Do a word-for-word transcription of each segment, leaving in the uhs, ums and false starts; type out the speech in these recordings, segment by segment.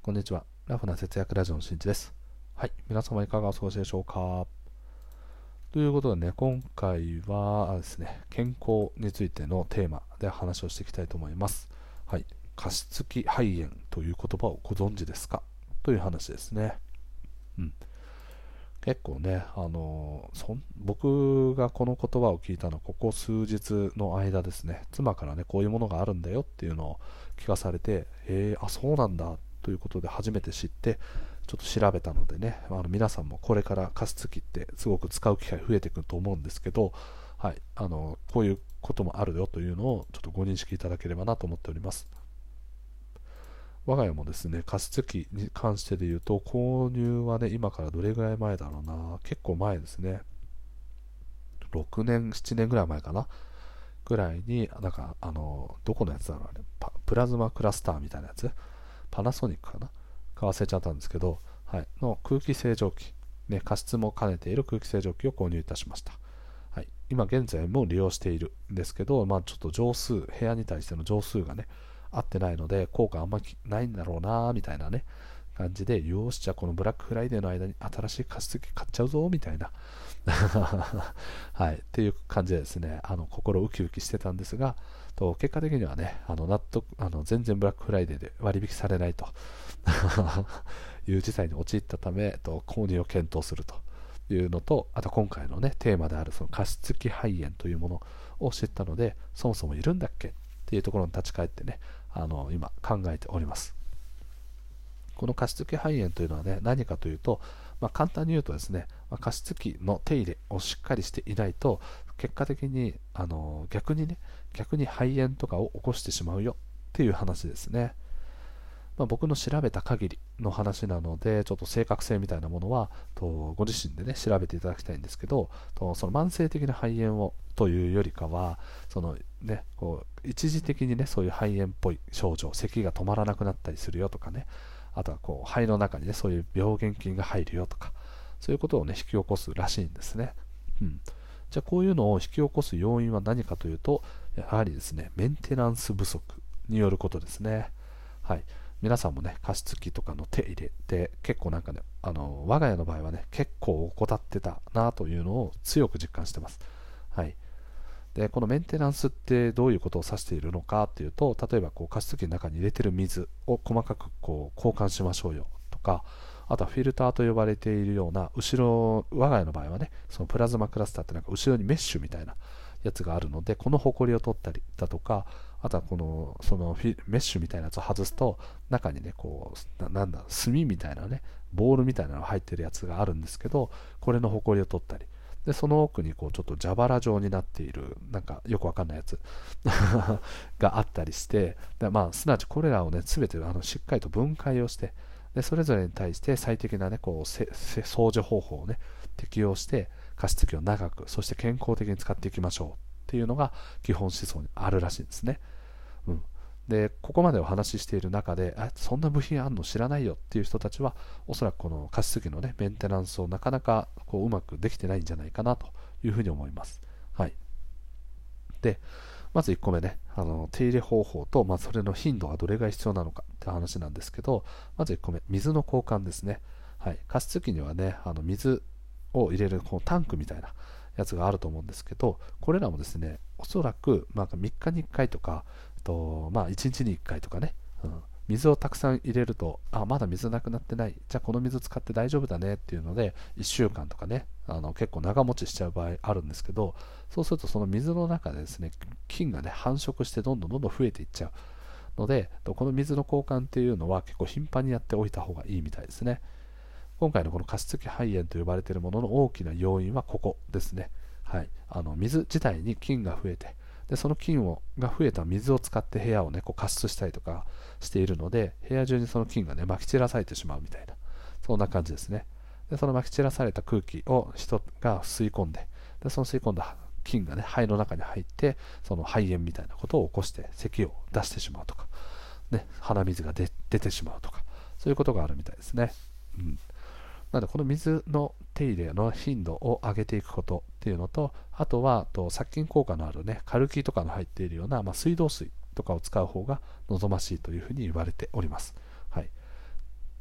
こんにちは。ラフな節約ラジオのしんいちです。はい、皆様いかがお過ごしでしょうか。ということでね、今回はですね、健康についてのテーマで話をしていきたいと思います。はい、加湿器肺炎という言葉をご存知ですかという話ですね。うん。結構ね、あのそん僕がこの言葉を聞いたのはここ数日の間ですね。妻からね、こういうものがあるんだよっていうのを聞かされて、へえ、あ、そうなんだということで初めて知って、ちょっと調べたのでね、あの皆さんもこれから加湿器ってすごく使う機会増えてくると思うんですけど、はい、あのこういうこともあるよというのをちょっとご認識いただければなと思っております。我が家もですね、加湿器に関してで言うと、購入はね、今からどれぐらい前だろうな、結構前ですね、ろくねん、ななねんぐらい前かな、ぐらいに、なんか、あの、どこのやつだろう、あれ、パプラズマクラスターみたいなやつ、パナソニックかな、か忘れちゃったんですけど、はい、の空気清浄機、ね、加湿も兼ねている空気清浄機を購入いたしました。はい、今現在も利用しているんですけど、まあ、ちょっと浄数、部屋に対しての浄数がね、合ってないので、効果あんまりないんだろうなみたいなね、感じで、よし、じゃあこのブラックフライデーの間に新しい加湿器買っちゃうぞみたいな、はい、っていう感じでですね、あの心ウキウキしてたんですが、と結果的にはね、あの納得あの全然ブラックフライデーで割引されないという事態に陥ったため、と購入を検討するというのと、あと今回のねテーマであるその加湿器肺炎というものを知ったので、そもそもいるんだっけっていうところに立ち返ってね、あの今考えております。この加湿器肺炎というのはね、何かというと、まあ、簡単に言うとですね、まあ、加湿器の手入れをしっかりしていないと、結果的にあの逆にね、逆に肺炎とかを起こしてしまうよっていう話ですね。まあ、僕の調べた限りの話なので、ちょっと正確性みたいなものはとご自身でね調べていただきたいんですけど、とその慢性的な肺炎をというよりかは、そのね、こう一時的にねそういう肺炎っぽい症状、咳が止まらなくなったりするよとかね、あとはこう肺の中にねそういう病原菌が入るよとか、そういうことをね引き起こすらしいんですね。うん、じゃあこういうのを引き起こす要因は何かというと、やはりですね、メンテナンス不足によることですね。はい、皆さんもね、加湿器とかの手入れって結構なんかね、あの我が家の場合はね、結構怠ってたなというのを強く実感してます。はい。で、このメンテナンスってどういうことを指しているのかっていうと、例えばこう加湿器の中に入れてる水を細かくこう交換しましょうよとか、あとはフィルターと呼ばれているような、後ろ、我が家の場合はね、そのプラズマクラスターってなんか後ろにメッシュみたいなやつがあるので、このホコリを取ったりだとか、あとはこのそのフィメッシュみたいなやつを外すと、中にねこうななんだ炭みたいなね、ボールみたいなのが入ってるやつがあるんですけど、これのホコリを取ったり、でその奥にこうちょっと蛇腹状になっているなんかよくわかんないやつがあったりして、で、まあ、すなわちこれらをね全てあのしっかりと分解をして、でそれぞれに対して最適なねこうせせ掃除方法をね適用して、加湿器を長くそして健康的に使っていきましょうっていうのが基本思想にあるらしいんですね。うん、でここまでお話ししている中で、あ、そんな部品あるの知らないよっていう人たちは、おそらくこの加湿器の、ね、メンテナンスをなかなかこううまくできてないんじゃないかなというふうに思います。はい、でまずいっこめね、あの手入れ方法と、まあ、それの頻度がどれぐらい必要なのかって話なんですけど、まずいっこめ、水の交換ですね。はい、加湿器にはね、あの水を入れるこのタンクみたいなやつがあると思うんですけど、これらもですね、おそらく、まあ、みっかにいっかいとか、とまあ、いちにちにいっかいとかね、うん、水をたくさん入れると、あ、まだ水なくなってない、じゃあこの水使って大丈夫だねっていうので、いっしゅうかんとかね、あの結構長持ちしちゃう場合あるんですけど、そうするとその水の中でですね、菌がね繁殖してどんどんどんどん増えていっちゃうので、この水の交換っていうのは結構頻繁にやっておいた方がいいみたいですね。今回のこの加湿器肺炎と呼ばれているものの大きな要因はここですね。はい、あの水自体に菌が増えて、でその菌をが増えた水を使って部屋を、ね、こう加湿したりとかしているので、部屋中にその菌が、ね、撒き散らされてしまうみたいな、そんな感じですね。でその撒き散らされた空気を人が吸い込んで、でその吸い込んだ菌が、ね、肺の中に入って、その肺炎みたいなことを起こして咳を出してしまうとか、ね、鼻水が出出てしまうとか、そういうことがあるみたいですね。うん、なのでこの水の手入れの頻度を上げていくことっていうのと、あとはと殺菌効果のあるねカルキとかの入っているような、まあ、水道水とかを使う方が望ましいというふうに言われております。はい、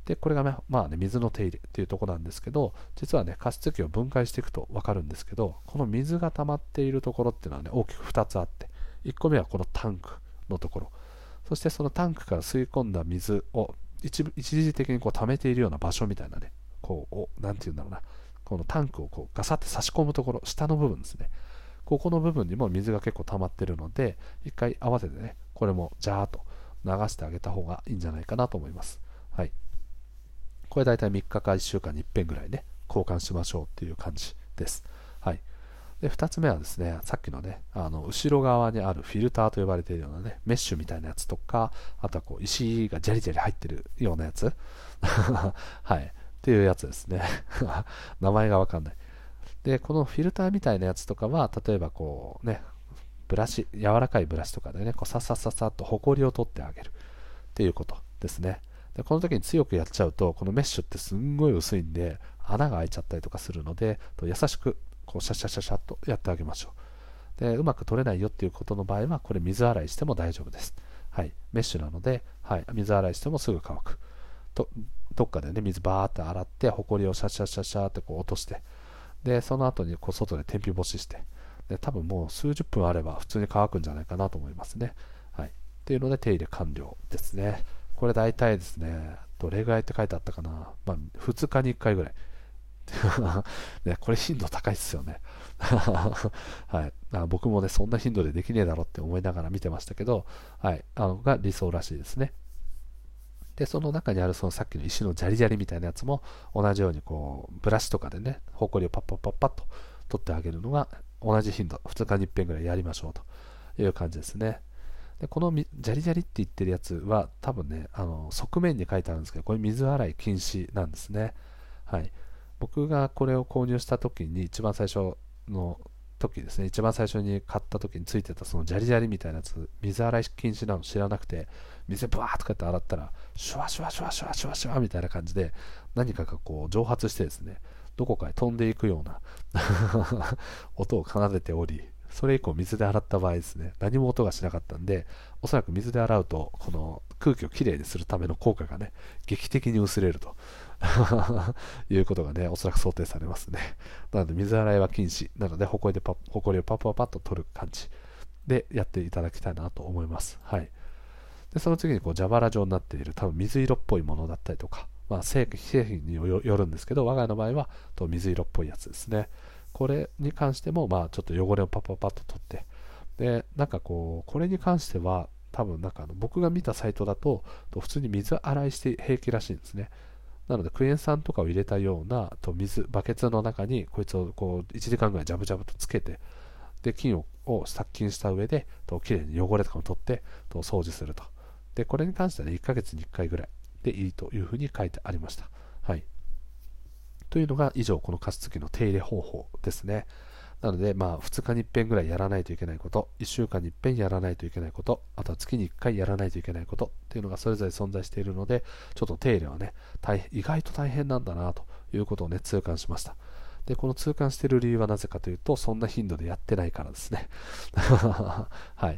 でこれが、ね、まあね、水の手入れっていうところなんですけど、実はね加湿器を分解していくと分かるんですけど、この水が溜まっているところっていうのはね大きくふたつあって、いっこめはこのタンクのところ、そしてそのタンクから吸い込んだ水を一部一時的にこう溜めているような場所みたいなね、こうなんていうんだろうな、このタンクをこうガサッて差し込むところ、下の部分ですね、ここの部分にも水が結構溜まっているので、一回合わせてねこれもジャーっと流してあげた方がいいんじゃないかなと思います。はい、これ大体みっかかいっしゅうかんにいっぺんぐらいね交換しましょうっていう感じです。はい、でふたつめはですね、さっきのねあの後ろ側にあるフィルターと呼ばれているようなねメッシュみたいなやつとか、あとはこう石がジャリジャリ入ってるようなやつはいっていうやつですね名前がわかんない。でこのフィルターみたいなやつとかは、例えばこうねブラシ、柔らかいブラシとかでねこうささささっとホコリを取ってあげるっていうことですね。でこの時に強くやっちゃうと、このメッシュってすんごい薄いんで穴が開いちゃったりとかするので、優しくこうシャシャシャシャっとやってあげましょう。でうまく取れないよっていうことの場合は、これ水洗いしても大丈夫です。はい、メッシュなので、はい、水洗いしてもすぐ乾くと。どっかでね水バーって洗って、ホコリをシャシャシャシャってこう落として、でその後にこう外で天日干しして、で多分もう数十分あれば普通に乾くんじゃないかなと思いますね。はい、っていうので手入れ完了ですね。これ大体ですね、どれぐらいって書いてあったかな、まあ、ふつかにいっかいぐらいね、これ頻度高いっすよねはい、あ僕もねそんな頻度でできねえだろって思いながら見てましたけど、はい、あのが理想らしいですね。でその中にあるそのさっきの石のジャリジャリみたいなやつも同じようにこうブラシとかでねホコリをパッパッパッパッと取ってあげるのが同じ頻度、ふつかにいっぺんぐらいやりましょうという感じですね。でこのジャリジャリって言ってるやつは多分ねあの側面に書いてあるんですけど、これ水洗い禁止なんですね。はい、僕がこれを購入した時に一番最初の時ですね、一番最初に買った時についてたそのジャリジャリみたいなやつ、水洗い禁止なの知らなくて、水でブワーッとかって洗ったらシュワシュワシュワシュワシュワシュワみたいな感じで何かがこう蒸発してですね、どこかへ飛んでいくような音を奏でており、それ以降水で洗った場合ですね、何も音がしなかったんで、おそらく水で洗うとこの空気をきれいにするための効果がね劇的に薄れるということがねおそらく想定されますね。なので水洗いは禁止なので、ほこりでパほこりをパッパッパッと取る感じでやっていただきたいなと思います。はい、でその次にこう蛇腹状になっている多分水色っぽいものだったりとか、まあ、製品によるんですけど、我が家の場合はと水色っぽいやつですね。これに関してもまあちょっと汚れをパッパッパッと取って、でなんかこうこれに関しては多分なんかあの僕が見たサイトだと普通に水洗いして平気らしいんですね。なのでクエン酸とかを入れたようなと水バケツの中にこいつをこういちじかんぐらいジャブジャブとつけて、で菌をを殺菌した上でときれいに汚れとかも取ってと掃除すると。でこれに関しては、ね、いっかげつにいっかいぐらいでいいというふうに書いてありました。はい、というのが以上この加湿器の手入れ方法ですね。なので、まあ、ふつかにいっぺんぐらいやらないといけないこと、いっしゅうかんにいっぺんやらないといけないこと、あとは月にいっかいやらないといけないことっていうのがそれぞれ存在しているので、ちょっと手入れはね、大変意外と大変なんだなということをね、痛感しました。で、この痛感している理由はなぜかというと、そんな頻度でやってないからですね。はい。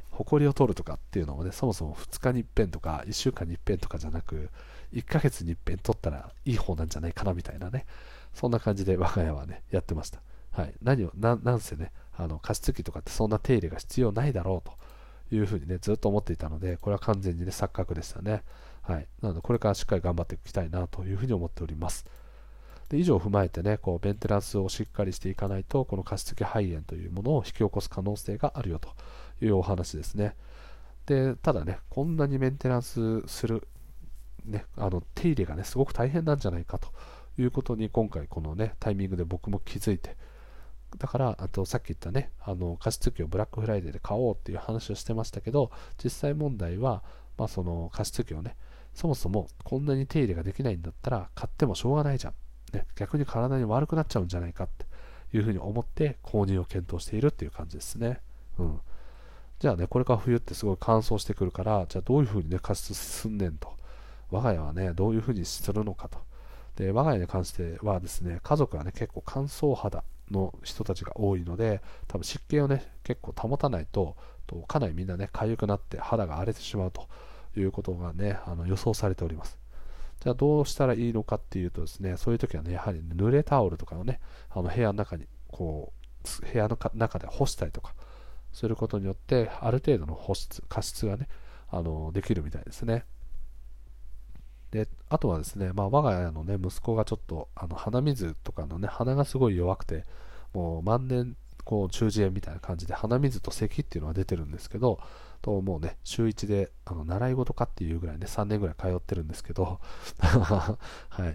埃を取るとかっていうのもね、そもそもふつかにいっぺんとかいっしゅうかんにいっぺんとかじゃなく、いっかげつにいっぺん取ったらいい方なんじゃないかなみたいなね、そんな感じで我が家はね、やってました。はい。何を、な、なんせね、あの加湿器とかってそんな手入れが必要ないだろうというふうにねずっと思っていたので、これは完全にね錯覚でしたね。はい、なのでこれからしっかり頑張っていきたいなというふうに思っております。で以上を踏まえてねこうメンテナンスをしっかりしていかないと、この加湿器肺炎というものを引き起こす可能性があるよというお話ですね。でただね、こんなにメンテナンスする、ね、あの手入れがねすごく大変なんじゃないかということに、今回このねタイミングで僕も気づいて、だからあとさっき言ったねあの加湿器をブラックフライデーで買おうっていう話をしてましたけど、実際問題は、まあ、その加湿器をねそもそもこんなに手入れができないんだったら買ってもしょうがないじゃん、ね、逆に体に悪くなっちゃうんじゃないかっていうふうに思って購入を検討しているっていう感じですね。うん、じゃあねこれから冬ってすごい乾燥してくるから、じゃあどういうふうにね加湿進んでんと、我が家はねどういうふうにするのかと。で我が家に関してはですね、家族はね結構乾燥肌の人たちが多いので、多分湿気をね結構保たないととかなりみんなね痒くなって肌が荒れてしまうということがねあの予想されております。 じゃあどうしたらいいのかっていうとですね、そういう時はね、やはり、ね、濡れタオルとかをね、あの部屋の中に、こう、部屋の中で干したりとかすることによって、ある程度の保湿、加湿がね、あのできるみたいですね。で、あとはですね、まあ、我が家のね、息子がちょっと、あの鼻水とかのね、鼻がすごい弱くて、もう万年、こう、中耳炎みたいな感じで、鼻水と咳っていうのが出てるんですけど、ともうね、週いちで、あの習い事かっていうぐらいね、さんねんぐらい通ってるんですけど、はい、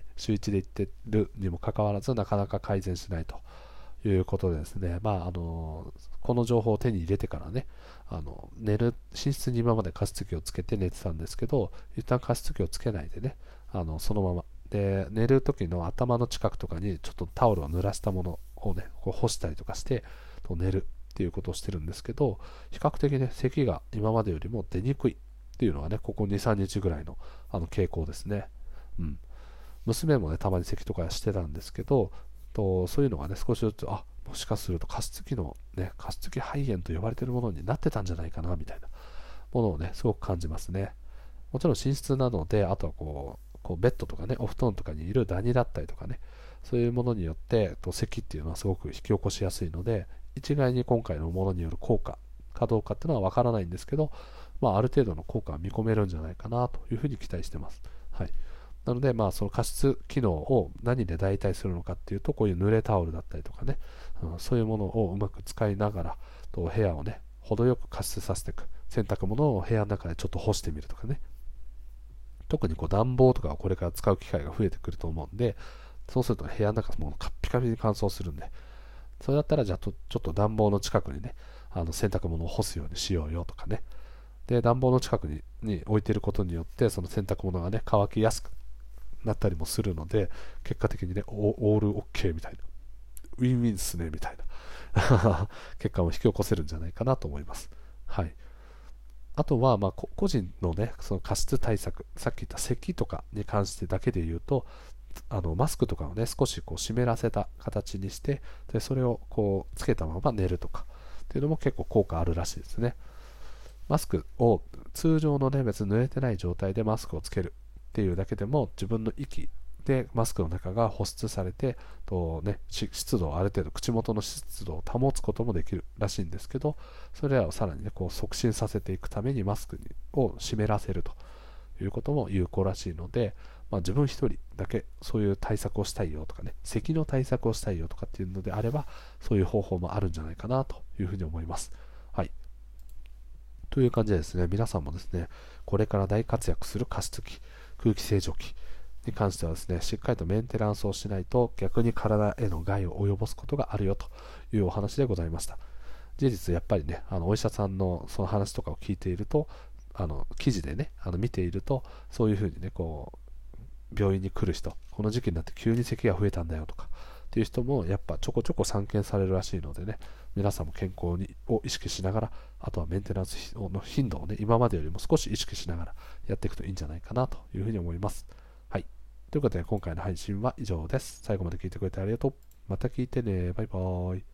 週いちで行ってるにもかかわらず、なかなか改善しないということでですね、まあ、あのこの情報を手に入れてからね、あの寝る寝室に今まで加湿器をつけて寝てたんですけど、一旦加湿器をつけないでね、あのそのままで寝る時の頭の近くとかにちょっとタオルを濡らしたものをね、こう干したりとかしてと寝るっていうことをしてるんですけど、比較的ね、咳が今までよりも出にくいっていうのがね、ここに、さんにちぐらいのあの傾向ですね。うん。娘もね、たまに咳とかしてたんですけど、とそういうのがね、少しずつ、あ、もしかすると加湿器のね、加湿器肺炎と呼ばれているものになってたんじゃないかなみたいなものをね、すごく感じますね。もちろん寝室なので、あとはこう、こうベッドとかね、お布団とかにいるダニだったりとかね、そういうものによってと咳っていうのはすごく引き起こしやすいので、一概に今回のものによる効果かどうかっていうのは分からないんですけど、まあ、ある程度の効果は見込めるんじゃないかなというふうに期待してます。はい。なので、まあ、その加湿機能を何で代替するのかっていうと、こういう濡れタオルだったりとかね、うん、そういうものをうまく使いながら、と部屋をね、程よく加湿させていく。洗濯物を部屋の中でちょっと干してみるとかね。特にこう暖房とかをこれから使う機会が増えてくると思うんで、そうすると部屋の中もうカッピカピに乾燥するんで、それだったらじゃあとちょっと暖房の近くにね、あの洗濯物を干すようにしようよとかね。で、暖房の近くにに置いていることによって、その洗濯物がね、乾きやすくなったりもするので、結果的にね、オールオッケーみたいな、ウィンウィンっすねみたいな結果を引き起こせるんじゃないかなと思います。はい。あとは、まあ、個人のね、その加湿対策、さっき言った咳とかに関してだけで言うと、あのマスクとかをね、少しこう湿らせた形にして、でそれをこうつけたまま寝るとかっていうのも結構効果あるらしいですね。マスクを通常のね、別に濡れてない状態でマスクをつけるっていうだけでも、自分の息でマスクの中が保湿されてと、ね、湿度をある程度、口元の湿度を保つこともできるらしいんですけど、それらをさらに、ね、こう促進させていくためにマスクを湿らせるということも有効らしいので、まあ、自分一人だけそういう対策をしたいよとかね、咳の対策をしたいよとかっていうのであれば、そういう方法もあるんじゃないかなというふうに思います。はい。という感じでですね、皆さんもですね、これから大活躍する加湿器、空気清浄機に関してはですね、しっかりとメンテナンスをしないと逆に体への害を及ぼすことがあるよというお話でございました。事実やっぱりね、あのお医者さんのその話とかを聞いていると、あの記事でね、あの見ていると、そういうふうにね、こう病院に来る人、この時期になって急に咳が増えたんだよとかっていう人もやっぱちょこちょこ散見されるらしいのでね、皆さんも健康にを意識しながら、あとはメンテナンスの頻度をね、今までよりも少し意識しながらやっていくといいんじゃないかなというふうに思います。はい。ということで今回の配信は以上です。最後まで聞いてくれてありがとう。また聞いてね。バイバーイ。